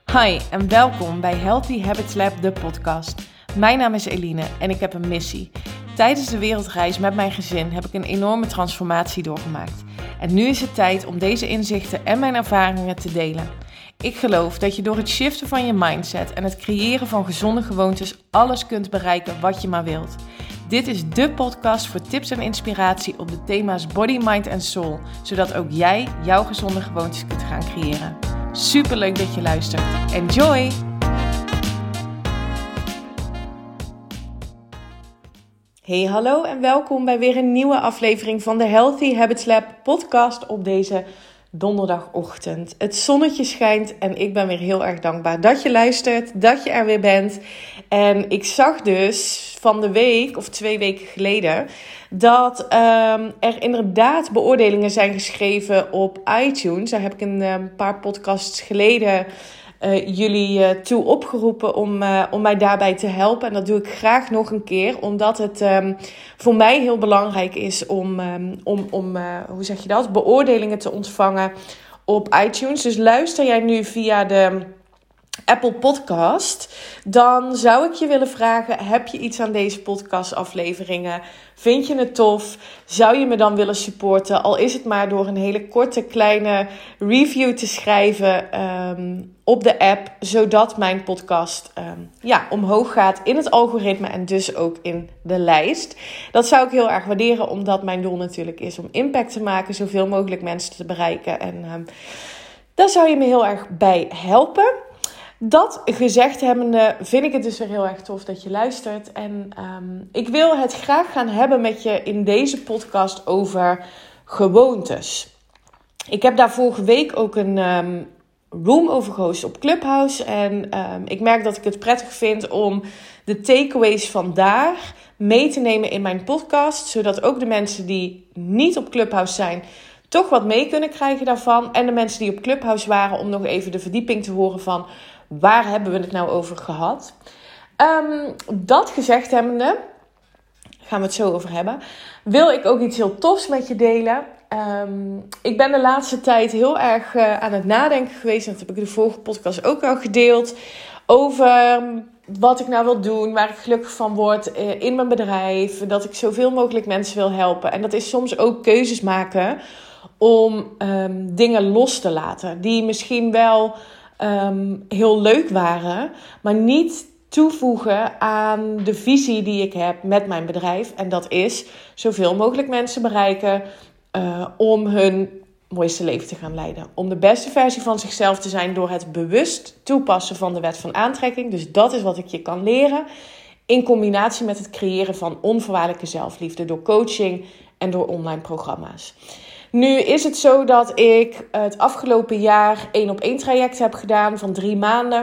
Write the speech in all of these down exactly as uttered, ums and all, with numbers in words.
Hi en welkom bij Healthy Habits Lab, de podcast. Mijn naam is Eline en ik heb een missie. Tijdens de wereldreis met mijn gezin heb ik een enorme transformatie doorgemaakt. En nu is het tijd om deze inzichten en mijn ervaringen te delen. Ik geloof dat je door het shiften van je mindset en het creëren van gezonde gewoontes alles kunt bereiken wat je maar wilt. Dit is dé podcast voor tips en inspiratie op de thema's body, mind en soul, zodat ook jij jouw gezonde gewoontes kunt gaan creëren. Super leuk dat je luistert. Enjoy! Hey, hallo en welkom bij weer een nieuwe aflevering van de Healthy Habits Lab podcast op deze donderdagochtend. Het zonnetje schijnt en ik ben weer heel erg dankbaar dat je luistert, dat je er weer bent. En ik zag dus van de week of twee weken geleden dat um, er inderdaad beoordelingen zijn geschreven op iTunes. Daar heb ik een um, paar podcasts geleden uh, jullie uh, toe opgeroepen om, uh, om mij daarbij te helpen. En dat doe ik graag nog een keer, omdat het um, voor mij heel belangrijk is om, um, om, om uh, hoe zeg je dat, beoordelingen te ontvangen op iTunes. Dus luister jij nu via de Apple Podcast, dan zou ik je willen vragen, heb je iets aan deze podcastafleveringen? Vind je het tof? Zou je me dan willen supporten? Al is het maar door een hele korte, kleine review te schrijven um, op de app, zodat mijn podcast um, ja, omhoog gaat in het algoritme en dus ook in de lijst. Dat zou ik heel erg waarderen, omdat mijn doel natuurlijk is om impact te maken, zoveel mogelijk mensen te bereiken. En um, daar zou je me heel erg bij helpen. Dat gezegd hebbende vind ik het dus weer heel erg tof dat je luistert. En um, ik wil het graag gaan hebben met je in deze podcast over gewoontes. Ik heb daar vorige week ook een um, room over gehost op Clubhouse. En um, ik merk dat ik het prettig vind om de takeaways van daar mee te nemen in mijn podcast. Zodat ook de mensen die niet op Clubhouse zijn toch wat mee kunnen krijgen daarvan. En de mensen die op Clubhouse waren om nog even de verdieping te horen van waar hebben we het nou over gehad. Um, dat gezegd hebbende, gaan we het zo over hebben, wil ik ook iets heel tofs met je delen. Um, ik ben de laatste tijd heel erg uh, aan het nadenken geweest. En dat heb ik in de vorige podcast ook al gedeeld. Over wat ik nou wil doen, waar ik gelukkig van word uh, in mijn bedrijf. Dat ik zoveel mogelijk mensen wil helpen. En dat is soms ook keuzes maken om um, dingen los te laten. Die misschien wel um, heel leuk waren, maar niet toevoegen aan de visie die ik heb met mijn bedrijf. En dat is zoveel mogelijk mensen bereiken uh, om hun mooiste leven te gaan leiden. Om de beste versie van zichzelf te zijn door het bewust toepassen van de wet van aantrekking. Dus dat is wat ik je kan leren. In combinatie met het creëren van onvoorwaardelijke zelfliefde door coaching en door online programma's. Nu is het zo dat ik het afgelopen jaar één op één traject heb gedaan van drie maanden.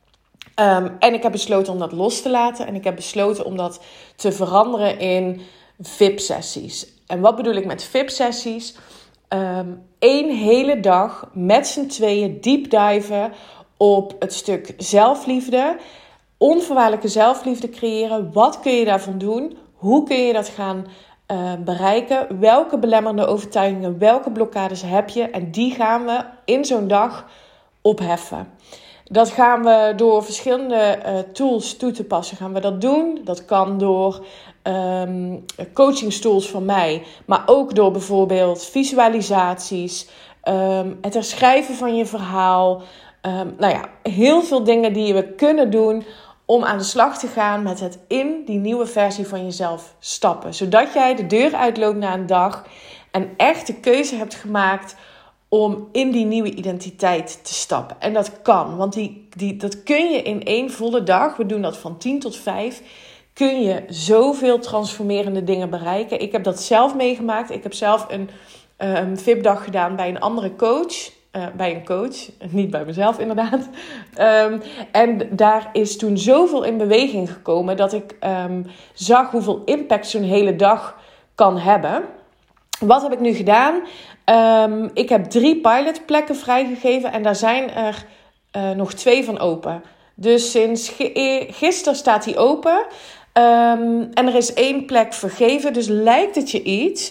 Um, en ik heb besloten om dat los te laten. En ik heb besloten om dat te veranderen in V I P-sessies. En wat bedoel ik met V I P-sessies? Um, Eén hele dag met z'n tweeën deep diven op het stuk zelfliefde. Onvoorwaardelijke zelfliefde creëren. Wat kun je daarvan doen? Hoe kun je dat gaan Uh, bereiken? Welke belemmerende overtuigingen, welke blokkades heb je? En die gaan we in zo'n dag opheffen. Dat gaan we door verschillende uh, tools toe te passen. Gaan we dat doen? Dat kan door um, coachingstools van mij, maar ook door bijvoorbeeld visualisaties, um, het herschrijven van je verhaal. Um, nou ja, heel veel dingen die we kunnen doen om aan de slag te gaan met het in die nieuwe versie van jezelf stappen. Zodat jij de deur uitloopt na een dag en echt de keuze hebt gemaakt om in die nieuwe identiteit te stappen. En dat kan, want die, die, dat kun je in één volle dag. We doen dat van tien tot vijf. Kun je zoveel transformerende dingen bereiken. Ik heb dat zelf meegemaakt. Ik heb zelf een, een V I P-dag gedaan bij een andere coach. Uh, bij een coach, niet bij mezelf inderdaad. Um, en daar is toen zoveel in beweging gekomen dat ik um, zag hoeveel impact zo'n hele dag kan hebben. Wat heb ik nu gedaan? Um, ik heb drie pilotplekken vrijgegeven en daar zijn er uh, nog twee van open. Dus sinds g- gisteren staat die open. Um, en er is één plek vergeven, dus lijkt het je iets?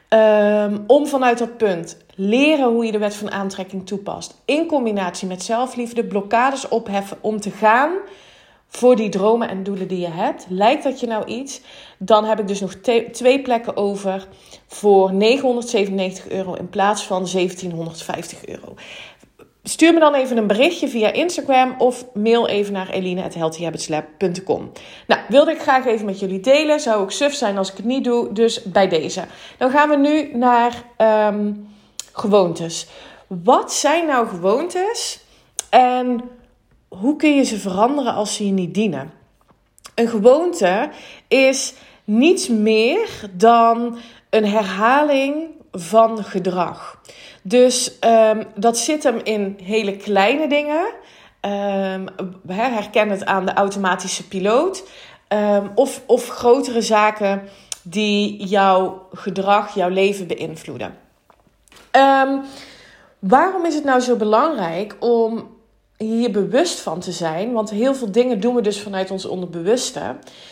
Um, om vanuit dat punt leren hoe je de wet van aantrekking toepast. In combinatie met zelfliefde, blokkades opheffen om te gaan voor die dromen en doelen die je hebt. Lijkt dat je nou iets? Dan heb ik dus nog te- twee plekken over voor negenhonderdzevenennegentig euro in plaats van zeventienhonderdvijftig euro. Stuur me dan even een berichtje via Instagram of mail even naar eline at healthy habits lab dot com. Nou, wilde ik graag even met jullie delen. Zou ik suf zijn als ik het niet doe, dus bij deze. Dan gaan we nu naar um, gewoontes. Wat zijn nou gewoontes en hoe kun je ze veranderen als ze je niet dienen? Een gewoonte is niets meer dan een herhaling van gedrag. Dus um, dat zit hem in hele kleine dingen. Um, herken het aan de automatische piloot. Um, of, of grotere zaken die jouw gedrag, jouw leven beïnvloeden. Um, waarom is het nou zo belangrijk om hier bewust van te zijn? Want heel veel dingen doen we dus vanuit ons onderbewuste.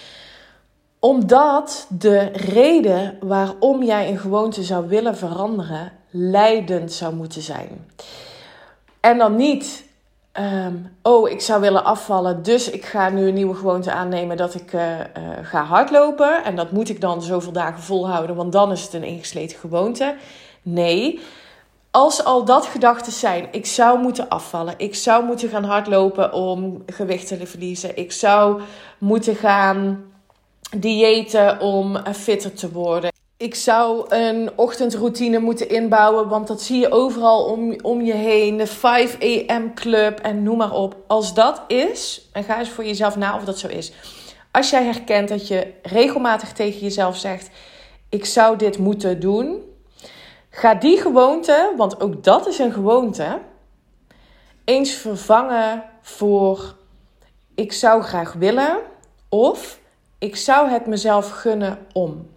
Omdat de reden waarom jij een gewoonte zou willen veranderen leidend zou moeten zijn. En dan niet, um, oh, ik zou willen afvallen, dus ik ga nu een nieuwe gewoonte aannemen dat ik uh, uh, ga hardlopen. En dat moet ik dan zoveel dagen volhouden, want dan is het een ingesleten gewoonte. Nee, als al dat gedachten zijn, ik zou moeten afvallen, ik zou moeten gaan hardlopen om gewicht te verliezen, ik zou moeten gaan diëten om fitter te worden. Ik zou een ochtendroutine moeten inbouwen, want dat zie je overal om, om je heen. De vijf a.m. club en noem maar op. Als dat is, en ga eens voor jezelf na of dat zo is. Als jij herkent dat je regelmatig tegen jezelf zegt, ik zou dit moeten doen. Ga die gewoonte, want ook dat is een gewoonte, eens vervangen voor ik zou graag willen of ik zou het mezelf gunnen om.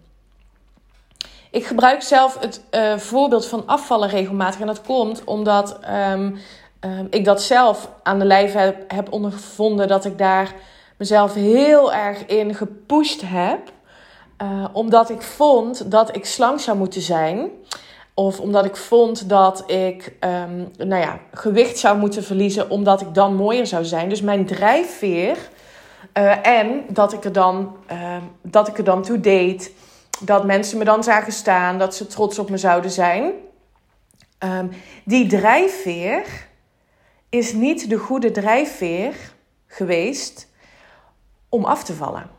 Ik gebruik zelf het uh, voorbeeld van afvallen regelmatig. En dat komt omdat um, um, ik dat zelf aan de lijf heb, heb ondervonden. Dat ik daar mezelf heel erg in gepusht heb. Uh, omdat ik vond dat ik slank zou moeten zijn. Of omdat ik vond dat ik um, nou ja, gewicht zou moeten verliezen. Omdat ik dan mooier zou zijn. Dus mijn drijfveer. Uh, en dat ik, er dan, uh, dat ik er dan toe deed. Dat mensen me dan zagen staan. Dat ze trots op me zouden zijn. Um, die drijfveer is niet de goede drijfveer geweest om af te vallen.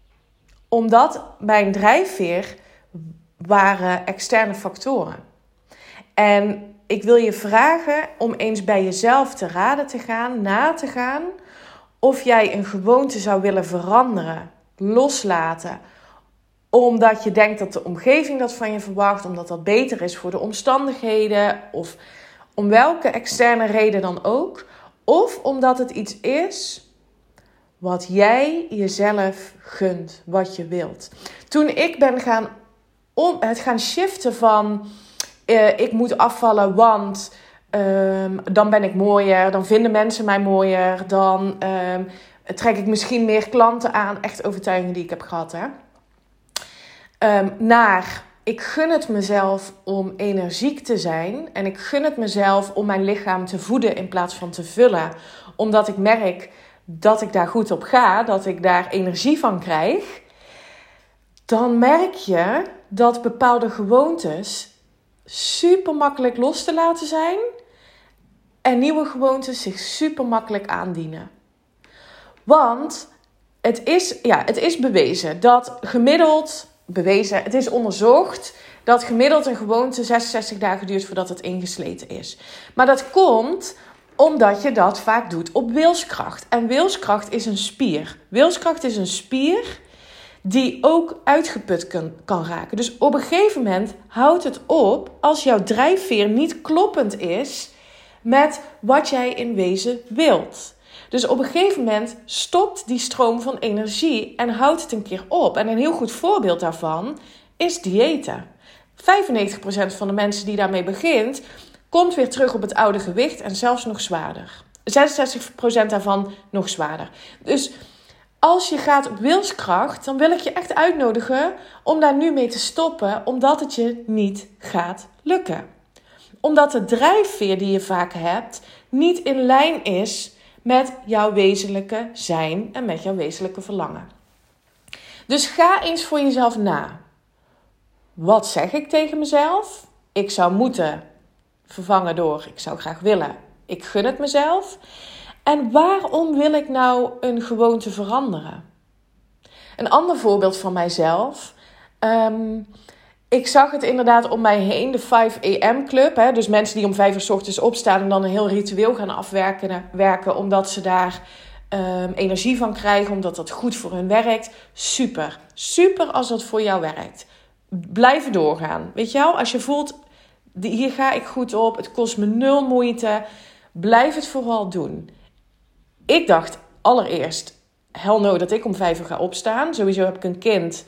Omdat mijn drijfveer waren externe factoren. En ik wil je vragen om eens bij jezelf te raden te gaan, na te gaan, of jij een gewoonte zou willen veranderen, loslaten, omdat je denkt dat de omgeving dat van je verwacht, omdat dat beter is voor de omstandigheden, of om welke externe reden dan ook, of omdat het iets is wat jij jezelf gunt, wat je wilt. Toen ik ben gaan om, het gaan shiften van uh, ik moet afvallen, want um, dan ben ik mooier, dan vinden mensen mij mooier, dan um, trek ik misschien meer klanten aan. Echt overtuigingen die ik heb gehad, hè. Um, naar, ik gun het mezelf om energiek te zijn. En ik gun het mezelf om mijn lichaam te voeden in plaats van te vullen. Omdat ik merk dat ik daar goed op ga, dat ik daar energie van krijg. Dan merk je dat bepaalde gewoontes super makkelijk los te laten zijn. En nieuwe gewoontes zich super makkelijk aandienen. Want het is, ja, het is bewezen dat gemiddeld... bewezen, het is onderzocht dat gemiddeld een gewoonte zesenzestig dagen duurt voordat het ingesleten is. Maar dat komt omdat je dat vaak doet op wilskracht. En wilskracht is een spier. Wilskracht is een spier die ook uitgeput kan, kan raken. Dus op een gegeven moment houdt het op als jouw drijfveer niet kloppend is met wat jij in wezen wilt. Dus op een gegeven moment stopt die stroom van energie en houdt het een keer op. En een heel goed voorbeeld daarvan is diëten. vijfennegentig procent van de mensen die daarmee begint, komt weer terug op het oude gewicht en zelfs nog zwaarder. zesenzestig procent daarvan nog zwaarder. Dus als je gaat op wilskracht, dan wil ik je echt uitnodigen om daar nu mee te stoppen, omdat het je niet gaat lukken. Omdat de drijfveer die je vaak hebt niet in lijn is met jouw wezenlijke zijn en met jouw wezenlijke verlangen. Dus ga eens voor jezelf na. Wat zeg ik tegen mezelf? Ik zou moeten vervangen door ik zou graag willen. Ik gun het mezelf. En waarom wil ik nou een gewoonte veranderen? Een ander voorbeeld van mijzelf. Um, ik zag het inderdaad om mij heen, de vijf a m club. Hè, dus mensen die om vijf uur 's ochtends opstaan en dan een heel ritueel gaan afwerken. Werken, omdat ze daar um, energie van krijgen, omdat dat goed voor hun werkt. Super. Super als dat voor jou werkt. Blijven doorgaan. Weet je wel, als je voelt, hier ga ik goed op, het kost me nul moeite. Blijf het vooral doen. Ik dacht allereerst, hell no, dat ik om vijf uur ga opstaan. Sowieso heb ik een kind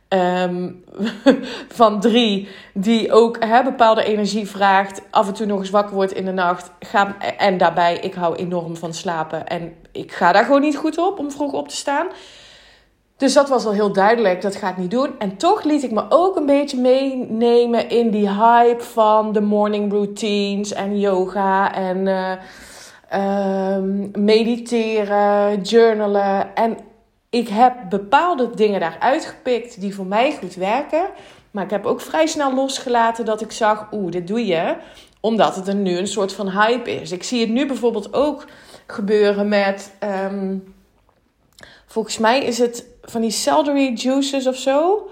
um, van drie die ook hè, bepaalde energie vraagt. Af en toe nog eens wakker wordt in de nacht. Ga, en daarbij, ik hou enorm van slapen. En ik ga daar gewoon niet goed op om vroeg op te staan. Dus dat was al heel duidelijk, dat ga ik niet doen. En toch liet ik me ook een beetje meenemen in die hype van de morning routines en yoga en uh, uh, mediteren, journalen. En ik heb bepaalde dingen daar uitgepikt die voor mij goed werken. Maar ik heb ook vrij snel losgelaten dat ik zag, oeh, dit doe je omdat het er nu een soort van hype is. Ik zie het nu bijvoorbeeld ook gebeuren met, um, volgens mij is het van die celery juices of zo.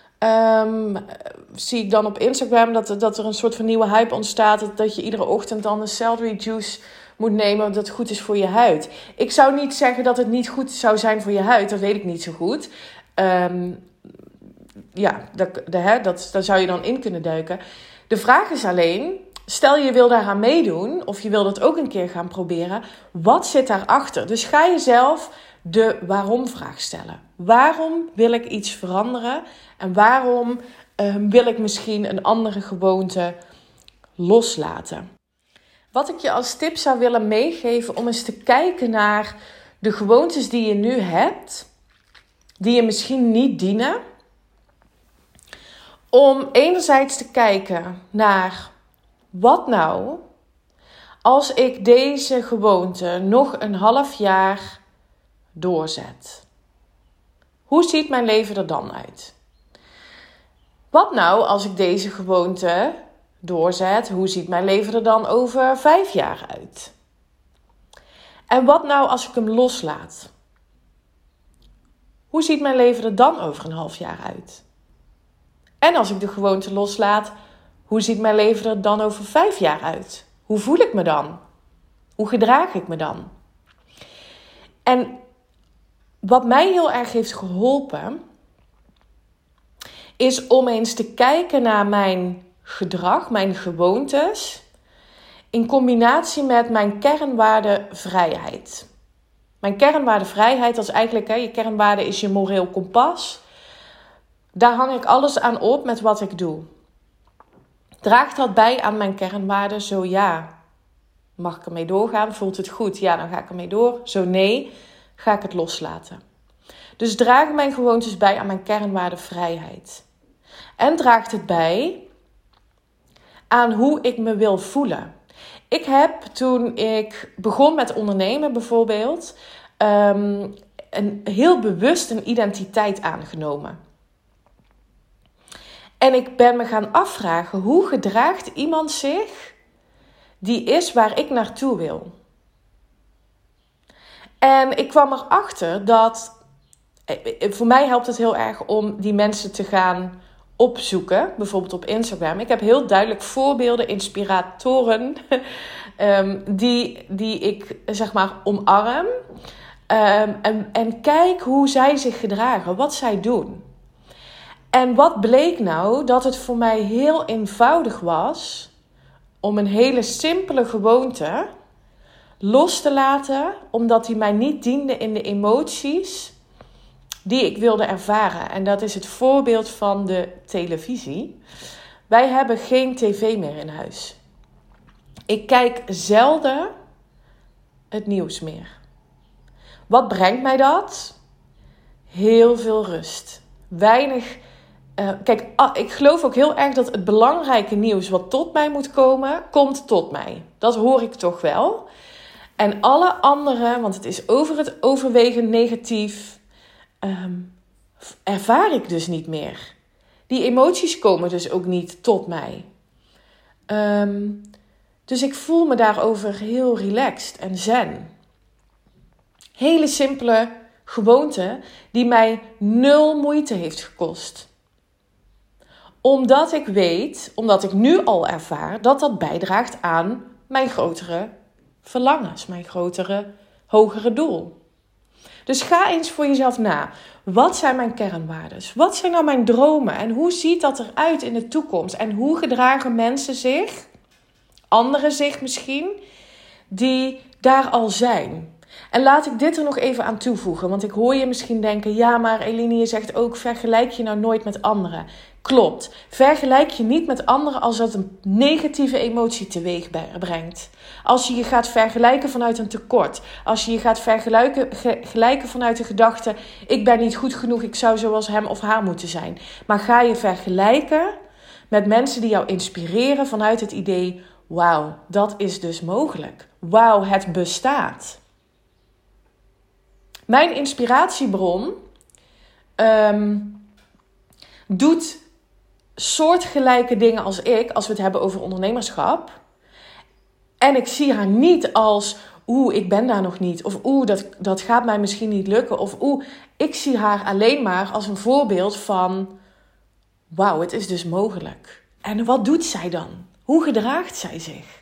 Um, zie ik dan op Instagram dat, dat er een soort van nieuwe hype ontstaat. Dat, dat je iedere ochtend dan een celery juice moet nemen, dat het goed is voor je huid. Ik zou niet zeggen dat het niet goed zou zijn voor je huid. Dat weet ik niet zo goed. Um, ja, dat, dat, dat, daar zou je dan in kunnen duiken. De vraag is alleen, stel je wil daaraan meedoen, of je wil dat ook een keer gaan proberen. Wat zit daarachter? Dus ga jezelf de waarom-vraag stellen. Waarom wil ik iets veranderen? En waarom uh, wil ik misschien een andere gewoonte loslaten? Wat ik je als tip zou willen meegeven om eens te kijken naar de gewoontes die je nu hebt, die je misschien niet dienen. Om enerzijds te kijken naar wat nou als ik deze gewoonte nog een half jaar doorzet. Hoe ziet mijn leven er dan uit? Wat nou als ik deze gewoonte doorzet? Hoe ziet mijn leven er dan over vijf jaar uit? En wat nou als ik hem loslaat? Hoe ziet mijn leven er dan over een half jaar uit? En als ik de gewoonte loslaat, hoe ziet mijn leven er dan over vijf jaar uit? Hoe voel ik me dan? Hoe gedraag ik me dan? En wat mij heel erg heeft geholpen, is om eens te kijken naar mijn gedrag, mijn gewoontes, in combinatie met mijn kernwaarde vrijheid. Mijn kernwaarde vrijheid, dat is eigenlijk, hè, je kernwaarde is je moreel kompas. Daar hang ik alles aan op met wat ik doe. Draagt dat bij aan mijn kernwaarden? Zo ja. Mag ik ermee doorgaan? Voelt het goed? Ja, dan ga ik ermee door. Zo nee, ga ik het loslaten. Dus dragen mijn gewoontes bij aan mijn kernwaarde vrijheid. En draagt het bij aan hoe ik me wil voelen. Ik heb toen ik begon met ondernemen bijvoorbeeld, um, een, heel bewust een identiteit aangenomen. En ik ben me gaan afvragen, hoe gedraagt iemand zich die is waar ik naartoe wil? En ik kwam erachter dat, voor mij helpt het heel erg om die mensen te gaan opzoeken, bijvoorbeeld op Instagram. Ik heb heel duidelijk voorbeelden, inspiratoren, um, die, die ik zeg maar omarm. Um, en, en kijk hoe zij zich gedragen, wat zij doen. En wat bleek nou? Dat het voor mij heel eenvoudig was om een hele simpele gewoonte los te laten, omdat die mij niet diende in de emoties die ik wilde ervaren. En dat is het voorbeeld van de televisie. Wij hebben geen tv meer in huis. Ik kijk zelden het nieuws meer. Wat brengt mij dat? heel veel rust. Weinig... Uh, kijk, ah, ik geloof ook heel erg dat het belangrijke nieuws wat tot mij moet komen, komt tot mij. Dat hoor ik toch wel. En alle andere, want het is over het overwegend negatief, um, ervaar ik dus niet meer. Die emoties komen dus ook niet tot mij. Um, dus ik voel me daarover heel relaxed en zen. Hele simpele gewoonte die mij nul moeite heeft gekost. Omdat ik weet, omdat ik nu al ervaar, dat dat bijdraagt aan mijn grotere verlangens, mijn grotere, hogere doel. Dus ga eens voor jezelf na. Wat zijn mijn kernwaardes? Wat zijn nou mijn dromen? En hoe ziet dat eruit in de toekomst? En hoe gedragen mensen zich, anderen zich misschien, die daar al zijn? En laat ik dit er nog even aan toevoegen. Want ik hoor je misschien denken, ja, maar Eline, je zegt ook, vergelijk je nou nooit met anderen. Klopt. Vergelijk je niet met anderen als dat een negatieve emotie teweeg brengt. Als je je gaat vergelijken vanuit een tekort. Als je je gaat vergelijken gelijken vanuit de gedachte, ik ben niet goed genoeg, ik zou zoals hem of haar moeten zijn. Maar ga je vergelijken met mensen die jou inspireren vanuit het idee, wauw, dat is dus mogelijk. Wauw, het bestaat. Mijn inspiratiebron um, doet soortgelijke dingen als ik, als we het hebben over ondernemerschap. En ik zie haar niet als, oeh, ik ben daar nog niet. Of oeh, dat, dat gaat mij misschien niet lukken. Of oeh, ik zie haar alleen maar als een voorbeeld van, wauw, het is dus mogelijk. En wat doet zij dan? Hoe gedraagt zij zich?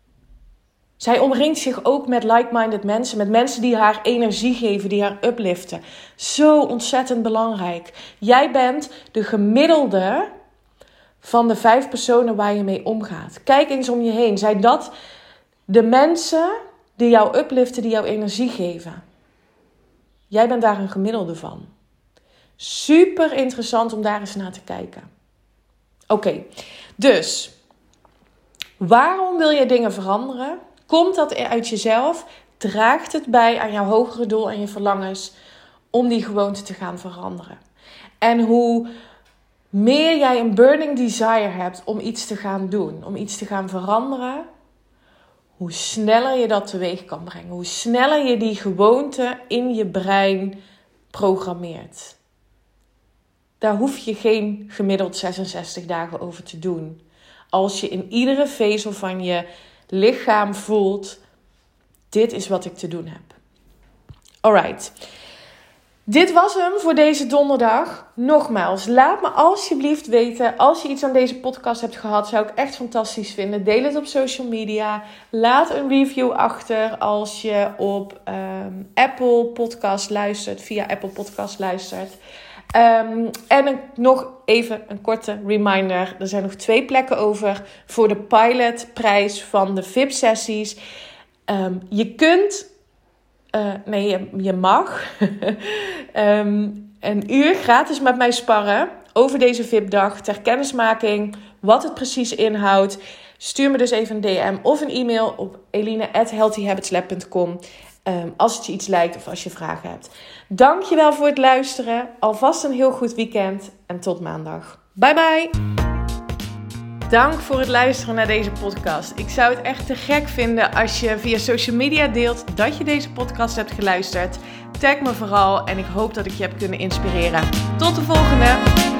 Zij omringt zich ook met like-minded mensen. Met mensen die haar energie geven, die haar upliften. Zo ontzettend belangrijk. Jij bent de gemiddelde van de vijf personen waar je mee omgaat. Kijk eens om je heen. Zijn dat de mensen die jou upliften, die jou energie geven? Jij bent daar een gemiddelde van. Super interessant om daar eens naar te kijken. Oké, okay, dus waarom wil je dingen veranderen? Komt dat uit jezelf? Draagt het bij aan jouw hogere doel en je verlangens om die gewoonte te gaan veranderen? En hoe meer jij een burning desire hebt om iets te gaan doen, om iets te gaan veranderen, hoe sneller je dat teweeg kan brengen. Hoe sneller je die gewoonte in je brein programmeert. Daar hoef je geen gemiddeld zesenzestig dagen over te doen. Als je in iedere vezel van je lichaam voelt, dit is wat ik te doen heb. Alright. Dit was hem voor deze donderdag. Nogmaals, laat me alsjeblieft weten, als je iets aan deze podcast hebt gehad, zou ik echt fantastisch vinden. Deel het op social media. Laat een review achter als je op um, Apple Podcast luistert, via Apple Podcast luistert. Um, en een, nog even een korte reminder. Er zijn nog twee plekken over voor de pilotprijs van de V I P-sessies. Um, je kunt, uh, nee, je, je mag um, een uur gratis met mij sparren over deze V I P-dag ter kennismaking, wat het precies inhoudt. Stuur me dus even een D M of een e-mail op eline at healthy habits lab dot com. Um, als het je iets lijkt of als je vragen hebt. Dankjewel voor het luisteren. Alvast een heel goed weekend. En tot maandag. Bye bye. Dank voor het luisteren naar deze podcast. Ik zou het echt te gek vinden als je via social media deelt dat je deze podcast hebt geluisterd. Tag me vooral en ik hoop dat ik je heb kunnen inspireren. Tot de volgende.